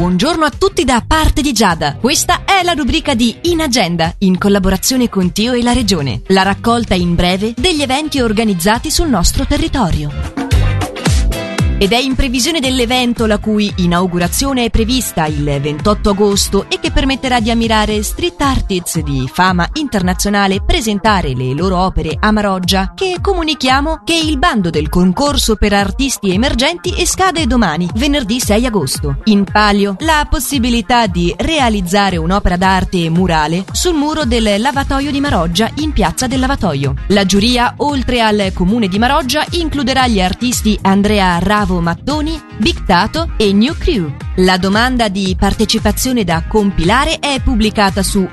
buongiorno a tutti da parte di Giada. Questa è la rubrica di In Agenda, in collaborazione con Tio e la Regione. La raccolta in breve degli eventi organizzati sul nostro territorio. Ed è in previsione dell'evento la cui inaugurazione è prevista il 28 agosto e che permetterà di ammirare street artists di fama internazionale presentare le loro opere a Maroggia, che comunichiamo che il bando del concorso per artisti emergenti scade domani, venerdì 6 agosto. In palio la possibilità di realizzare un'opera d'arte murale sul muro del lavatoio di Maroggia in piazza del Lavatoio. La giuria, oltre al comune di Maroggia, includerà gli artisti Andrea Ravo Mattoni, Big Tato e New Crew. La domanda di partecipazione da compilare è pubblicata su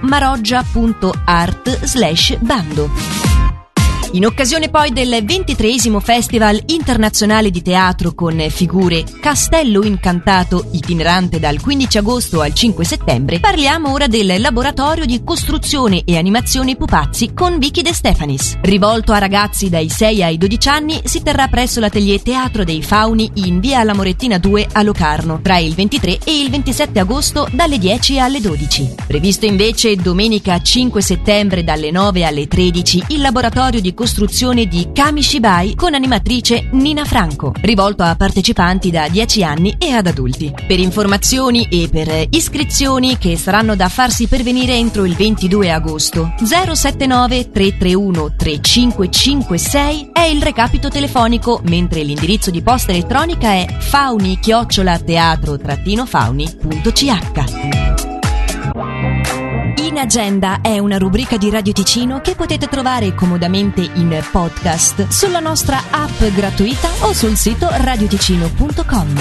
maroggia.art/bando. In occasione poi del 23esimo Festival Internazionale di Teatro con figure Castello Incantato, itinerante dal 15 agosto al 5 settembre, parliamo ora del laboratorio di costruzione e animazione pupazzi con Vicky De Stefanis. Rivolto a ragazzi dai 6 ai 12 anni, si terrà presso l'atelier Teatro dei Fauni in via La Morettina 2 a Locarno, tra il 23 e il 27 agosto dalle 10 alle 12. Previsto invece domenica 5 settembre dalle 9 alle 13 il laboratorio di costruzione di Kamishibai con animatrice Nina Franco, rivolto a partecipanti da 10 anni e ad adulti. Per informazioni e per iscrizioni, che saranno da farsi pervenire entro il 22 agosto, 079 331 3556 è il recapito telefonico, mentre l'indirizzo di posta elettronica è fauni@teatro-fauni.ch. In Agenda è una rubrica di Radio Ticino che potete trovare comodamente in podcast sulla nostra app gratuita o sul sito radioticino.com.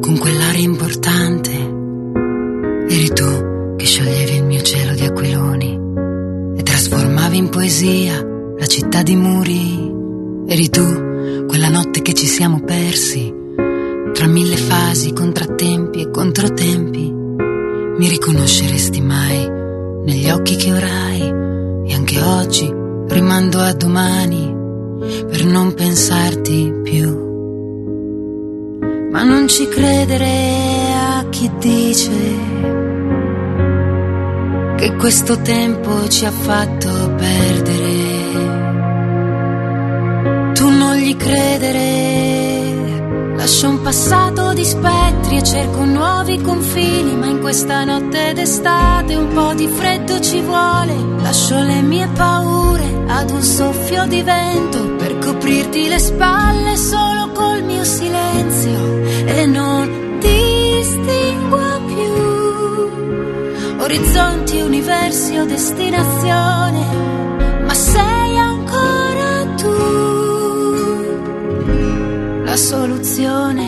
con quell'aria importante. Eri tu che scioglievi il mio cielo di aquiloni e trasformavi in poesia la città di muri. Eri tu quella notte che ci siamo persi tra mille fasi, contrattempi e controtempi. Mi riconosceresti mai negli occhi che orai? E anche oggi rimando a domani per non pensarti più. Ma non ci credere a chi dice che questo tempo ci ha fatto perdere. Tu non gli credere. Lascio un passato di spettri e cerco nuovi confini, ma in questa notte d'estate un po' di freddo ci vuole. Lascio le mie paure ad un soffio di vento per coprirti le spalle solo col mio silenzio. E non distingo più orizzonti, universi o destinazione, ma sei ancora tu la soluzione.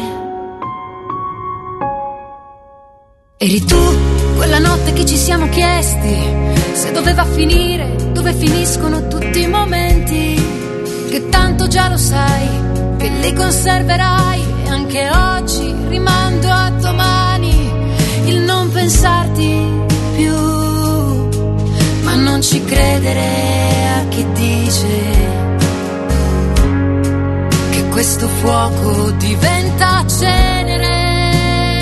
Eri tu quella notte che ci siamo chiesti se doveva finire, dove finiscono tutti i momenti, che tanto già lo sai, che li conserverai. E anche oggi rimando a domani il non pensarti più. Ma non ci credere a chi dice che questo fuoco diventa cenere.